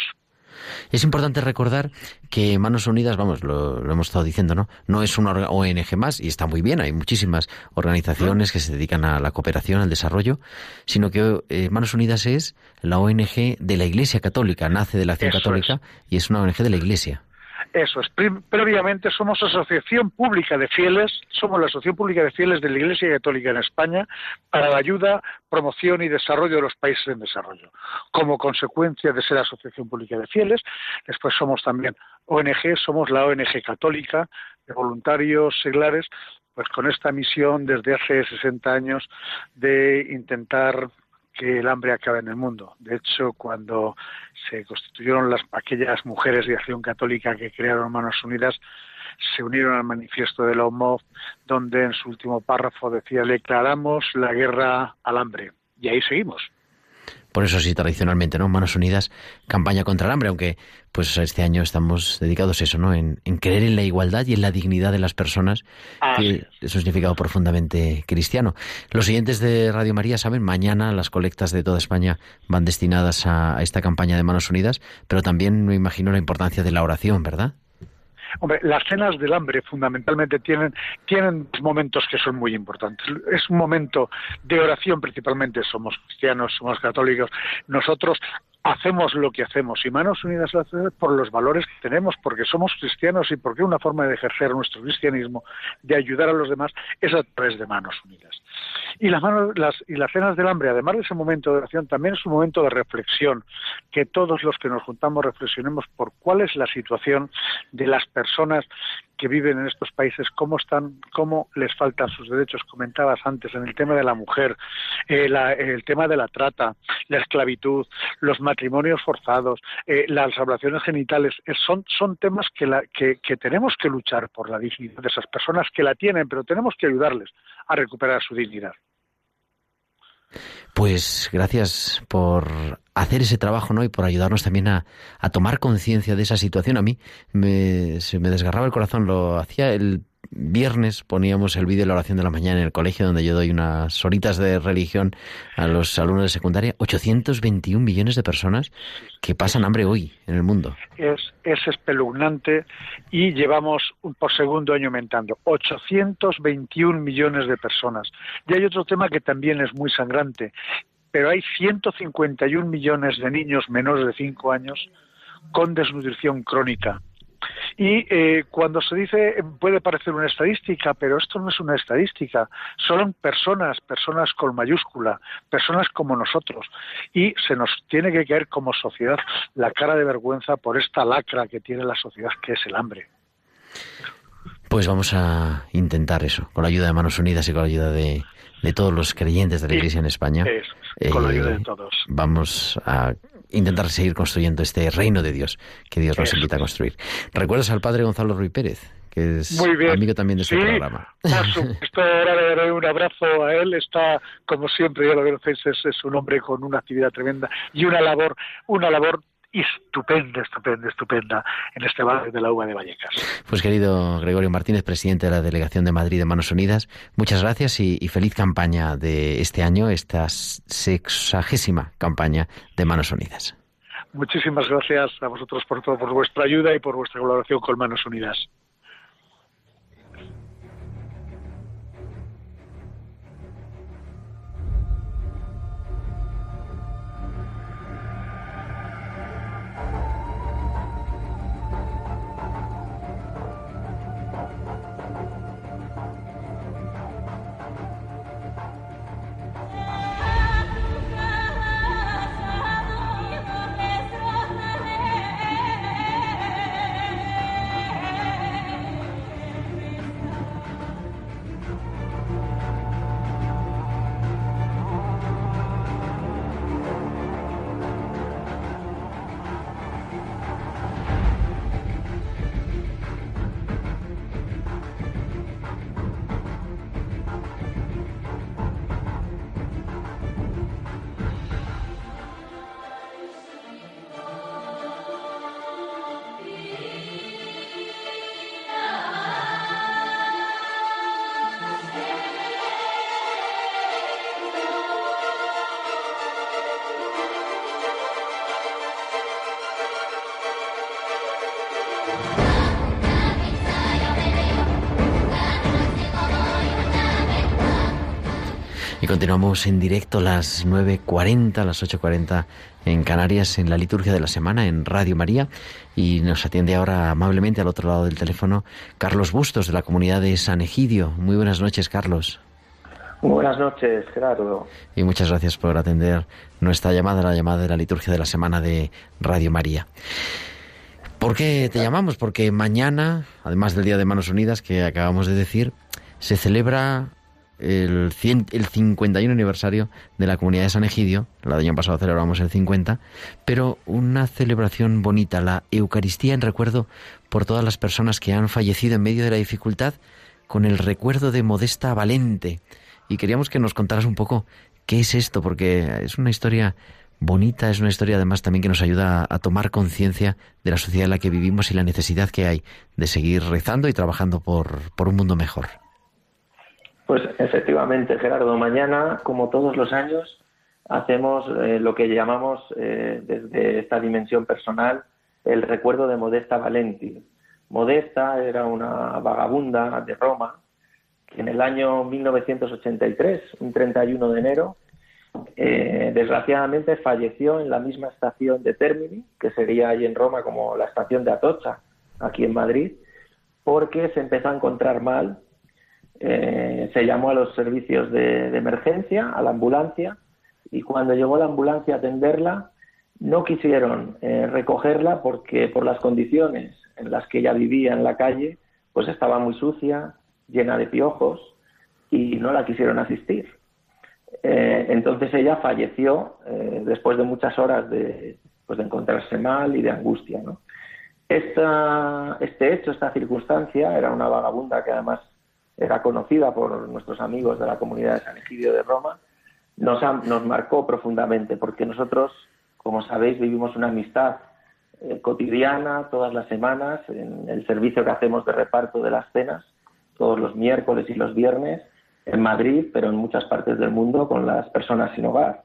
Es importante recordar que Manos Unidas, vamos, lo hemos estado diciendo, no es una ONG más, y está muy bien, hay muchísimas organizaciones que se dedican a la cooperación, al desarrollo, sino que Manos Unidas es la ONG de la Iglesia Católica, nace de la Acción Católica, y es una ONG de la Iglesia. Eso es. Previamente somos Asociación Pública de Fieles, somos la Asociación Pública de Fieles de la Iglesia Católica en España para la ayuda, promoción y desarrollo de los países en desarrollo. Como consecuencia de ser Asociación Pública de Fieles, después somos también ONG, somos la ONG católica de voluntarios seglares, pues con esta misión desde hace 60 años de intentar que el hambre acabe en el mundo. De hecho, cuando se constituyeron aquellas mujeres de Acción Católica que crearon Manos Unidas, se unieron al manifiesto de la OMOV, donde en su último párrafo decía: declaramos la guerra al hambre. Y ahí seguimos. Por eso sí, tradicionalmente, ¿no? Manos Unidas, campaña contra el hambre, aunque pues este año estamos dedicados a eso, ¿no? En creer en la igualdad y en la dignidad de las personas, que es un significado profundamente cristiano. Los oyentes de Radio María saben, mañana las colectas de toda España van destinadas a esta campaña de Manos Unidas, pero también me imagino la importancia de la oración, ¿verdad? Hombre, las cenas del hambre fundamentalmente tienen momentos que son muy importantes. Es un momento de oración principalmente, somos cristianos, somos católicos, nosotros hacemos lo que hacemos y Manos Unidas lo hace por los valores que tenemos, porque somos cristianos y porque una forma de ejercer nuestro cristianismo, de ayudar a los demás, es a través de Manos Unidas. Y las cenas del hambre, además de ese momento de oración, también es un momento de reflexión, que todos los que nos juntamos reflexionemos por cuál es la situación de las personas que viven en estos países, cómo están, cómo les faltan sus derechos. Comentabas antes en el tema de la mujer, el tema de la trata, la esclavitud, los matrimonios forzados, las ablaciones genitales, son temas que tenemos que luchar por la dignidad de esas personas que la tienen, pero tenemos que ayudarles a recuperar su dignidad. Pues gracias por hacer ese trabajo, ¿no? Y por ayudarnos también a tomar conciencia de esa situación. A mí se me desgarraba el corazón. Lo hacía el viernes, poníamos el vídeo de la oración de la mañana en el colegio donde yo doy unas horitas de religión a los alumnos de secundaria. 821 millones de personas que pasan hambre hoy en el mundo. Es espeluznante y llevamos por segundo año aumentando. 821 millones de personas. Y hay otro tema que también es muy sangrante, pero hay 151 millones de niños menores de 5 años con desnutrición crónica. Y cuando se dice, puede parecer una estadística, pero esto no es una estadística, son personas con mayúscula, personas como nosotros, y se nos tiene que caer como sociedad la cara de vergüenza por esta lacra que tiene la sociedad, que es el hambre. Pues vamos a intentar eso, con la ayuda de Manos Unidas y con la ayuda de todos los creyentes de la Iglesia en España. Con la ayuda de todos. Vamos a intentar seguir construyendo este reino de Dios que Dios nos invita a construir. ¿Recuerdas al padre Gonzalo Ruiz Pérez? Que es amigo también de este programa. Por supuesto, ahora le daré un abrazo a él. Está, como siempre, ya lo conocéis, es un hombre con una actividad tremenda y una labor estupenda en este barrio de la Uva de Vallecas. Pues querido Gregorio Martínez, presidente de la Delegación de Madrid de Manos Unidas, muchas gracias y feliz campaña de este año, esta 60ª campaña de Manos Unidas. Muchísimas gracias a vosotros por vuestra ayuda y por vuestra colaboración con Manos Unidas. Y continuamos en directo a las 9:40, a las 8:40 en Canarias, en la liturgia de la semana, en Radio María. Y nos atiende ahora amablemente al otro lado del teléfono Carlos Bustos, de la comunidad de San Egidio. Muy buenas noches, Carlos. Muy buenas noches, Gerardo. Y muchas gracias por atender nuestra llamada, la llamada de la liturgia de la semana de Radio María. ¿Por qué te llamamos? Porque mañana, además del Día de Manos Unidas que acabamos de decir, se celebra el 51 aniversario de la comunidad de San Egidio. El año pasado celebramos el 50, pero una celebración bonita, la Eucaristía en recuerdo por todas las personas que han fallecido en medio de la dificultad, con el recuerdo de Modesta Valente. Y queríamos que nos contaras un poco qué es esto, porque es una historia bonita, es una historia además también que nos ayuda a tomar conciencia de la sociedad en la que vivimos y la necesidad que hay de seguir rezando y trabajando por un mundo mejor. Pues efectivamente, Gerardo, mañana, como todos los años, hacemos lo que llamamos desde esta dimensión personal el recuerdo de Modesta Valenti. Modesta era una vagabunda de Roma que en el año 1983, un 31 de enero, desgraciadamente falleció en la misma estación de Termini, que sería ahí en Roma como la estación de Atocha, aquí en Madrid, porque se empezó a encontrar mal. Se llamó a los servicios de emergencia, a la ambulancia, y cuando llegó la ambulancia a atenderla, no quisieron recogerla porque por las condiciones en las que ella vivía en la calle, pues estaba muy sucia, llena de piojos, y no la quisieron asistir. Entonces ella falleció después de muchas horas de encontrarse mal y de angustia, ¿no? Este hecho, esta circunstancia, era una vagabunda que además era conocida por nuestros amigos de la comunidad de San Egidio de Roma, nos marcó profundamente, porque nosotros, como sabéis, vivimos una amistad cotidiana todas las semanas en el servicio que hacemos de reparto de las cenas, todos los miércoles y los viernes, en Madrid, pero en muchas partes del mundo, con las personas sin hogar.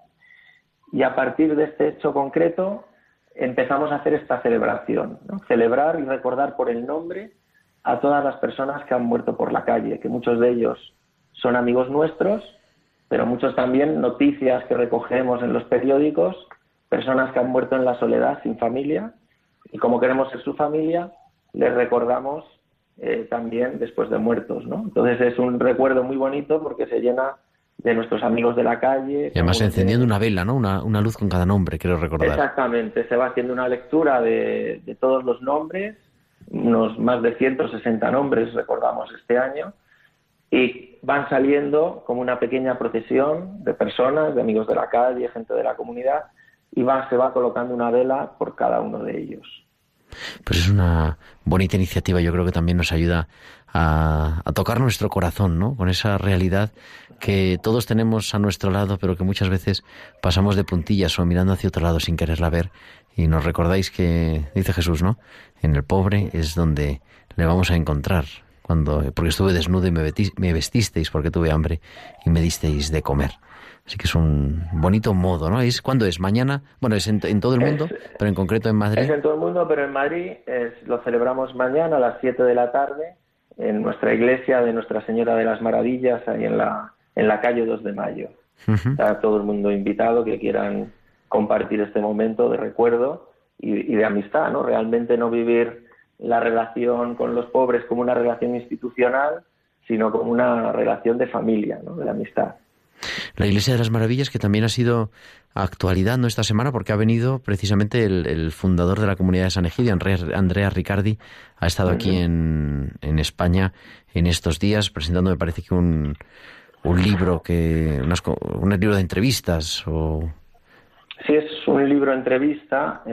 Y a partir de este hecho concreto empezamos a hacer esta celebración, ¿no? Celebrar y recordar por el nombre a todas las personas que han muerto por la calle, que muchos de ellos son amigos nuestros, pero muchos también noticias que recogemos en los periódicos, personas que han muerto en la soledad, sin familia, y como queremos ser su familia, les recordamos también después de muertos, ¿no? Entonces es un recuerdo muy bonito porque se llena de nuestros amigos de la calle. Y además encendiendo una vela, ¿no? Una luz con cada nombre, quiero recordar. Exactamente, se va haciendo una lectura de todos los nombres, unos más de 160 nombres recordamos este año, y van saliendo como una pequeña procesión de personas, de amigos de la calle, gente de la comunidad, y se va colocando una vela por cada uno de ellos. Pues es una bonita iniciativa, yo creo que también nos ayuda a tocar nuestro corazón, ¿no? Con esa realidad que todos tenemos a nuestro lado, pero que muchas veces pasamos de puntillas o mirando hacia otro lado sin quererla ver, y nos recordáis que, dice Jesús, ¿no? En el pobre es donde le vamos a encontrar, porque estuve desnudo y me vestisteis, porque tuve hambre y me disteis de comer. Así que es un bonito modo, ¿no? ¿Cuándo es? ¿Mañana? Bueno, es en todo el mundo, pero en concreto en Madrid. Es en todo el mundo, pero en Madrid lo celebramos mañana a las 7 de la tarde en nuestra iglesia de Nuestra Señora de las Maravillas, ahí en la calle 2 de Mayo. Uh-huh. Está todo el mundo invitado que quieran compartir este momento de recuerdo y de amistad, ¿no? Realmente no vivir la relación con los pobres como una relación institucional, sino como una relación de familia, ¿no? De amistad. La Iglesia de las Maravillas, que también ha sido actualidad, ¿no?, esta semana, porque ha venido precisamente el fundador de la comunidad de San Egidio, Andrea Riccardi, ha estado aquí en España en estos días presentando, me parece que un libro un libro de entrevistas o... Sí, es un libro de entrevista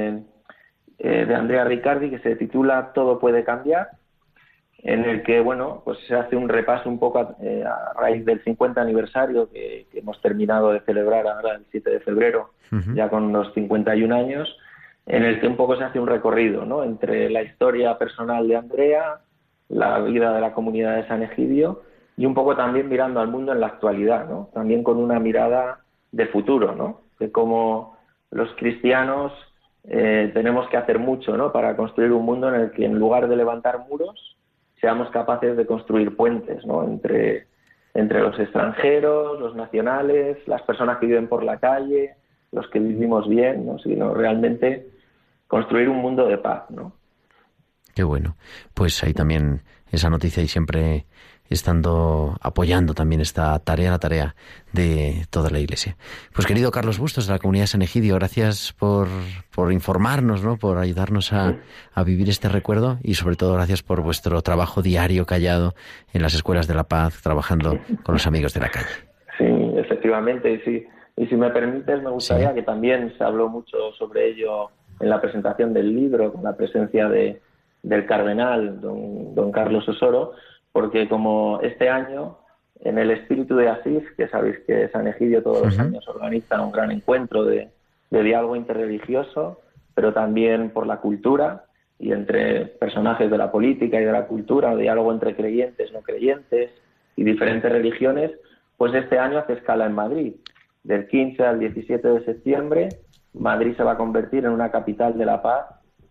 de Andrea Riccardi que se titula Todo puede cambiar, en el que, bueno, pues se hace un repaso un poco a raíz del 50 aniversario que hemos terminado de celebrar ahora el 7 de febrero, uh-huh, ya con los 51 años, en el que un poco se hace un recorrido, ¿no?, entre la historia personal de Andrea, la vida de la comunidad de San Egidio y un poco también mirando al mundo en la actualidad, ¿no?, también con una mirada de futuro, ¿no?, de cómo los cristianos tenemos que hacer mucho, ¿no?, para construir un mundo en el que en lugar de levantar muros seamos capaces de construir puentes, ¿no?, entre los extranjeros, los nacionales, las personas que viven por la calle, los que vivimos bien, ¿no?, sino realmente construir un mundo de paz, ¿no? Qué bueno. Pues ahí también esa noticia y siempre apoyando también esta tarea, la tarea de toda la Iglesia. Pues querido Carlos Bustos, de la comunidad de San Egidio, gracias por informarnos, ¿no?, por ayudarnos a vivir este recuerdo y sobre todo gracias por vuestro trabajo diario callado en las escuelas de la paz, trabajando con los amigos de la calle. Sí, efectivamente, sí. Y si me permites, me gustaría que también se habló mucho sobre ello en la presentación del libro, con la presencia del cardenal, don Carlos Osoro, porque como este año, en el espíritu de Asís, que sabéis que San Egidio todos los años organiza un gran encuentro de diálogo interreligioso, pero también por la cultura y entre personajes de la política y de la cultura, diálogo entre creyentes, no creyentes y diferentes religiones, pues este año hace escala en Madrid. Del 15 al 17 de septiembre, Madrid se va a convertir en una capital de la paz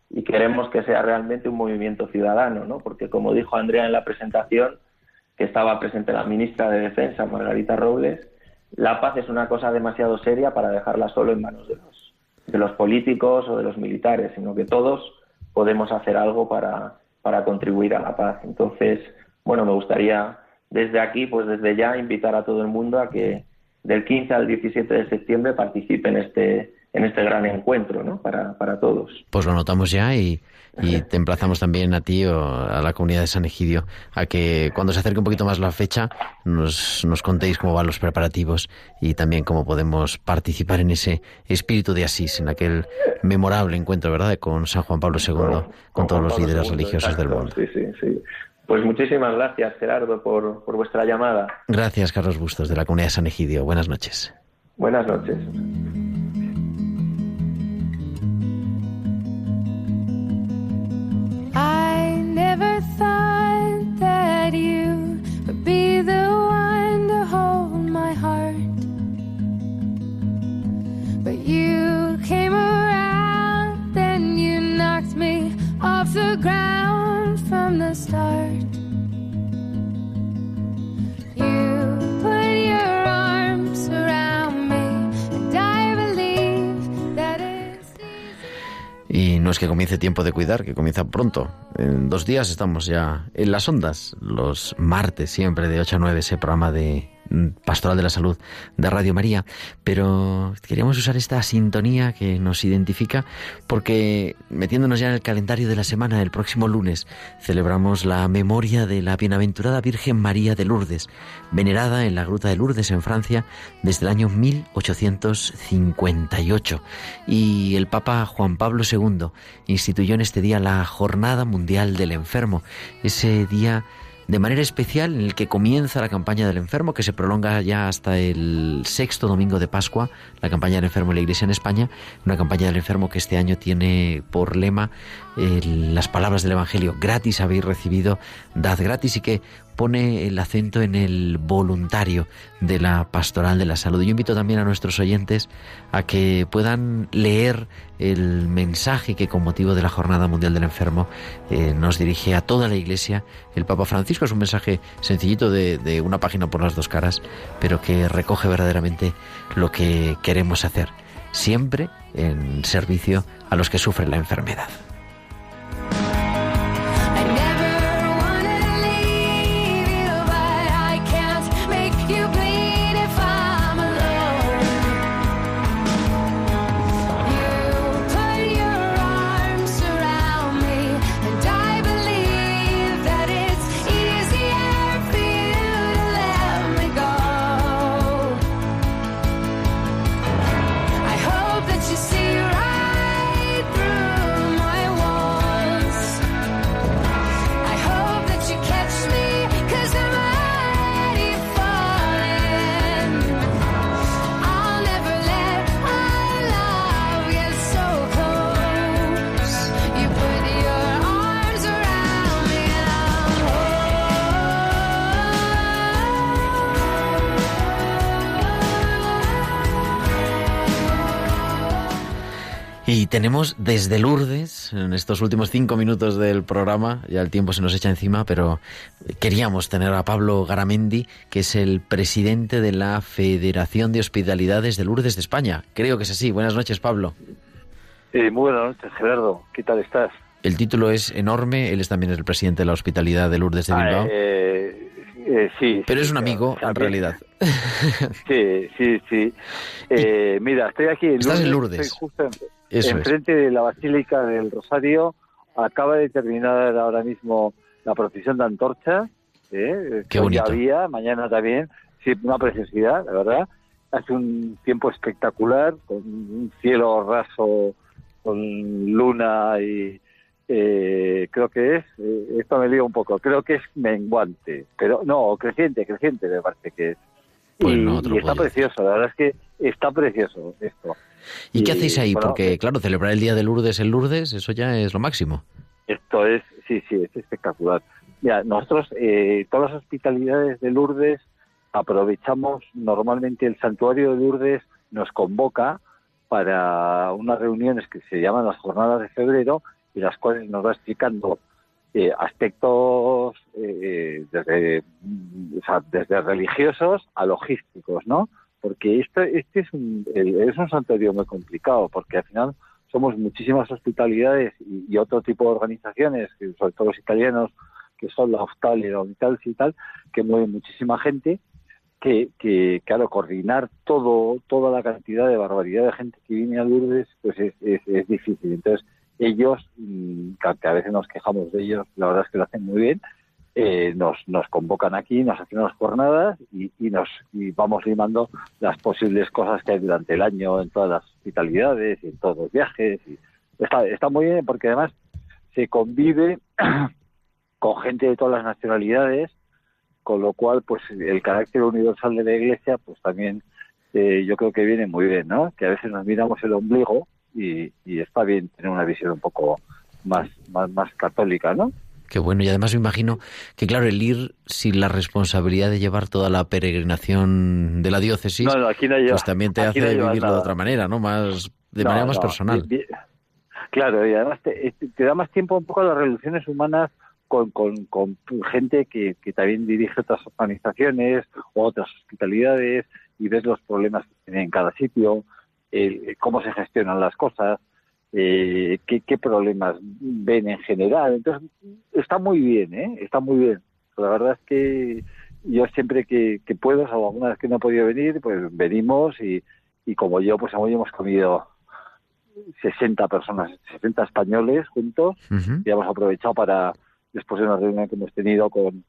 y queremos que sea realmente un movimiento ciudadano, ¿no? Porque como dijo Andrea en la presentación, que estaba presente la ministra de Defensa, Margarita Robles, la paz es una cosa demasiado seria para dejarla solo en manos de los políticos o de los militares, sino que todos podemos hacer algo para contribuir a la paz. Entonces, bueno, me gustaría desde aquí, pues desde ya, invitar a todo el mundo a que del 15 al 17 de septiembre participe en este gran encuentro, ¿no? Para todos. Pues lo anotamos ya y te emplazamos también a ti o a la comunidad de San Egidio a que cuando se acerque un poquito más la fecha nos contéis cómo van los preparativos y también cómo podemos participar en ese espíritu de Asís, en aquel memorable encuentro, ¿verdad?, con San Juan Pablo II, con todos los líderes religiosos del mundo. Sí. Pues muchísimas gracias, Gerardo, por vuestra llamada. Gracias, Carlos Bustos, de la comunidad de San Egidio. Buenas noches. Buenas noches. I never thought that you would be the one to hold my heart, but you came around, then you knocked me off the ground from the start. You put your arms around me, and I believe that it's Y no es que comience Tiempo de Cuidar, que comienza pronto. En 2 días estamos ya en las ondas, los martes siempre de 8 a 9, ese programa de Pastoral de la Salud de Radio María, pero queríamos usar esta sintonía que nos identifica porque, metiéndonos ya en el calendario de la semana, el próximo lunes celebramos la memoria de la bienaventurada Virgen María de Lourdes, venerada en la Gruta de Lourdes en Francia desde el año 1858, y el Papa Juan Pablo II instituyó en este día la Jornada Mundial del Enfermo, ese día de manera especial en el que comienza la campaña del enfermo, que se prolonga ya hasta el 6º domingo de Pascua, la campaña del enfermo en la Iglesia en España, una campaña del enfermo que este año tiene por lema las palabras del Evangelio: gratis habéis recibido, dad gratis, y que pone el acento en el voluntario de la Pastoral de la Salud. Yo invito también a nuestros oyentes a que puedan leer el mensaje que, con motivo de la Jornada Mundial del Enfermo, nos dirige a toda la Iglesia el Papa Francisco. Es un mensaje sencillito de una página por las 2 caras, pero que recoge verdaderamente lo que queremos hacer, siempre en servicio a los que sufren la enfermedad. Y tenemos desde Lourdes, en estos últimos 5 minutos del programa, ya el tiempo se nos echa encima, pero queríamos tener a Pablo Garamendi, que es el presidente de la Federación de Hospitalidades de Lourdes de España. Creo que es así. Buenas noches, Pablo. Muy buenas noches, Gerardo. ¿Qué tal estás? El título es enorme. Él es también el presidente de la Hospitalidad de Lourdes de Bilbao. Sí. Pero sí, es un amigo, en realidad. Sí. Mira, estoy aquí en Lourdes. Estás en Lourdes. Estoy justo enfrente de la Basílica del Rosario. Acaba de terminar ahora mismo la procesión de antorchas. Qué bonito. Ya había, mañana también. Sí, una preciosidad, la verdad. Hace un tiempo espectacular, con un cielo raso, con luna y... creo que es, esto me lío un poco, creo que es menguante, pero no, creciente me parece que es. Pues y está precioso, la verdad es que está precioso esto. ¿Y qué hacéis ahí? Bueno, porque, claro, celebrar el Día de Lourdes en Lourdes, eso ya es lo máximo. Esto es, sí, es espectacular. Mira, nosotros, todas las hospitalidades de Lourdes, aprovechamos normalmente el santuario de Lourdes, nos convoca para unas reuniones que se llaman las jornadas de febrero, y las cuales nos va explicando aspectos desde religiosos a logísticos, ¿no? Porque este es un santuario muy complicado, porque al final somos muchísimas hospitalidades y otro tipo de organizaciones, que sobre todo los italianos, que son la Hostal y la Unital y tal, que mueven muchísima gente, que claro, coordinar toda la cantidad de barbaridad de gente que viene a Lourdes, pues es difícil. Entonces, ellos, que a veces nos quejamos de ellos, la verdad es que lo hacen muy bien, nos convocan aquí, nos hacen unas jornadas y vamos limando las posibles cosas que hay durante el año en todas las hospitalidades y en todos los viajes. Y está muy bien, porque además se convive con gente de todas las nacionalidades, con lo cual pues el carácter universal de la Iglesia pues también yo creo que viene muy bien, ¿no? Que a veces nos miramos el ombligo y está bien tener una visión un poco más católica, ¿no? Qué bueno, y además me imagino que, claro, el ir sin la responsabilidad de llevar toda la peregrinación de la diócesis, aquí no lleva, pues también te hace vivirlo de otra manera, ¿no? De manera más personal. Claro, y además te da más tiempo un poco a las relaciones humanas con gente que también dirige otras organizaciones o otras hospitalidades, y ves los problemas que tienen en cada sitio, cómo se gestionan las cosas, qué problemas ven en general. Entonces está muy bien, está muy bien. La verdad es que yo siempre que puedo, o alguna vez que no he podido venir, pues venimos y como yo, pues hoy hemos comido 60 personas, 60 españoles juntos. Uh-huh. Y hemos aprovechado para, después de una reunión que hemos tenido con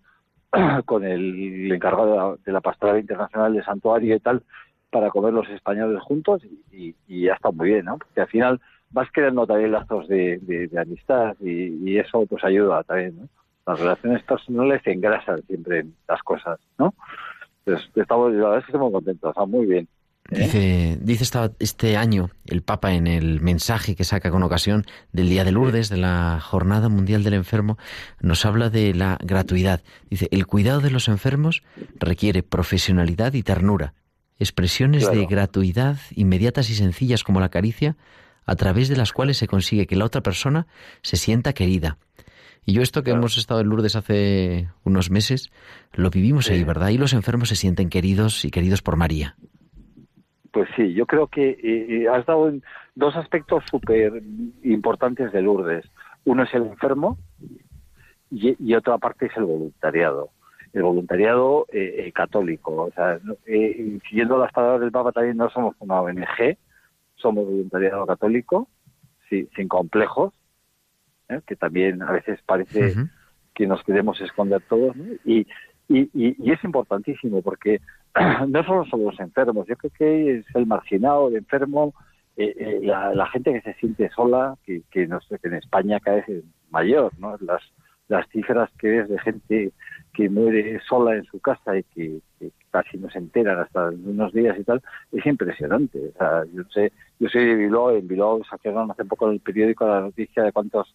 el encargado de la Pastoral Internacional de Santuario y tal, para comer los españoles juntos, y ya está muy bien, ¿no? Porque al final vas creando también lazos de amistad y eso pues ayuda también, ¿no? Las relaciones personales se engrasan siempre las cosas, ¿no? Entonces la verdad es que estamos contentos, está muy bien. Dice este año el Papa, en el mensaje que saca con ocasión del Día de Lourdes, de la Jornada Mundial del Enfermo, nos habla de la gratuidad. Dice: el cuidado de los enfermos requiere profesionalidad y ternura, expresiones de gratuidad inmediatas y sencillas como la caricia, a través de las cuales se consigue que la otra persona se sienta querida. Y yo esto que hemos estado en Lourdes hace unos meses, lo vivimos ahí, ¿verdad? Y los enfermos se sienten queridos y queridos por María. Pues sí, yo creo que has dado en dos aspectos súper importantes de Lourdes. Uno es el enfermo y otra parte es el voluntariado. El voluntariado católico. O sea, siguiendo las palabras del Papa, también no somos una ONG, somos voluntariado católico, sí, sin complejos, que también a veces parece que nos queremos esconder todos, ¿no? Y es importantísimo, porque no solo son los enfermos, yo creo que es el marginado, el enfermo, la gente que se siente sola, que no sé, que en España cada vez es mayor, ¿no? Las cifras que ves de gente que muere sola en su casa y que casi no se enteran hasta unos días y tal, es impresionante. O sea, yo soy de Bilbao, en Bilbao sacaron hace poco en el periódico la noticia de cuántos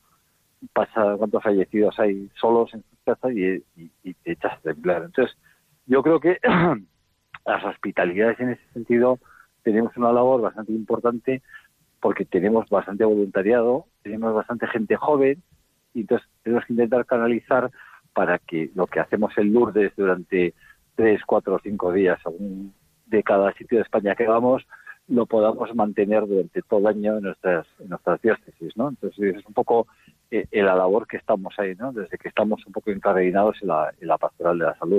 fallecidos hay solos en su casa y te echas a temblar. Entonces, yo creo que las hospitalidades en ese sentido tenemos una labor bastante importante, porque tenemos bastante voluntariado, tenemos bastante gente joven, y entonces tenemos que intentar canalizar para que lo que hacemos en Lourdes durante 3, 4 o 5 días, según de cada sitio de España que vamos, lo podamos mantener durante todo el año en nuestras diócesis, ¿no? Entonces es un poco la labor que estamos ahí, ¿no? Desde que estamos un poco encarregados en la pastoral de la salud.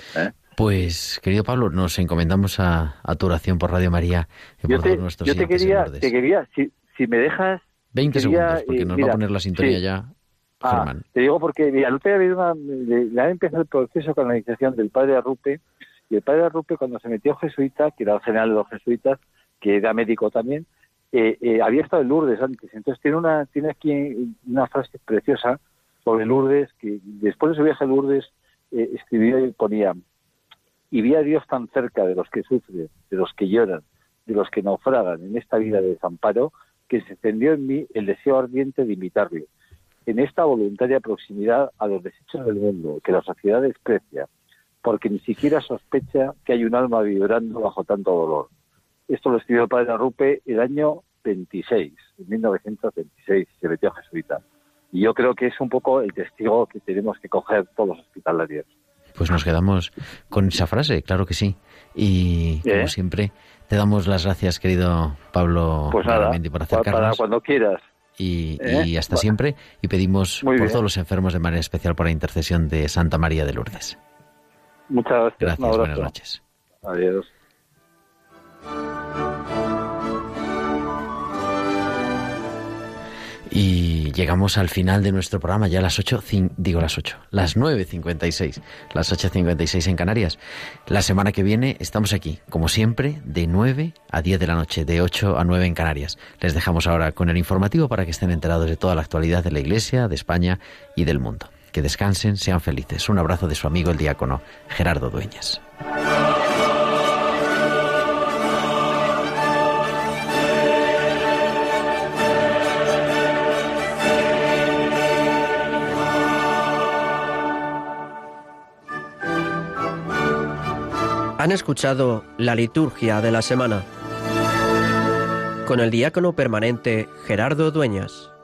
Pues, querido Pablo, nos encomendamos a tu oración por Radio María y por todos nuestros oyentes en Lourdes. Te quería, si me dejas... 20 segundos, porque nos va a poner la sintonía ya, Germán. Te digo porque, mira, el otro día ha empezado el proceso de canonización del padre Arrupe, y el padre Arrupe, cuando se metió jesuita, que era el general de los jesuitas, que era médico también, había estado en Lourdes antes. Entonces tiene aquí una frase preciosa sobre Lourdes, que después de su viaje a Lourdes escribió y ponía: y vi a Dios tan cerca de los que sufren, de los que lloran, de los que naufragan en esta vida de desamparo, que se encendió en mí el deseo ardiente de imitarle, en esta voluntaria proximidad a los desechos del mundo, que la sociedad desprecia, porque ni siquiera sospecha que hay un alma vibrando bajo tanto dolor. Esto lo escribió el padre Arrupe el año 26, en 1926, se metió a jesuita. Y yo creo que es un poco el testigo que tenemos que coger todos los hospitalarios. Pues nos quedamos con esa frase, claro que sí. Y como siempre, te damos las gracias, querido Pablo Garamendi, por acercarnos. Para cuando quieras. Y hasta siempre. Y pedimos por todos los enfermos, de manera especial por la intercesión de Santa María de Lourdes. Muchas gracias. Gracias, buenas noches. Adiós. Y llegamos al final de nuestro programa, ya las 9:56, las 8:56 en Canarias. La semana que viene estamos aquí, como siempre, de 9 a 10 de la noche, de 8 a 9 en Canarias. Les dejamos ahora con el informativo para que estén enterados de toda la actualidad de la Iglesia, de España y del mundo. Que descansen, sean felices. Un abrazo de su amigo el diácono Gerardo Dueñas. Han escuchado la liturgia de la semana con el diácono permanente Gerardo Dueñas.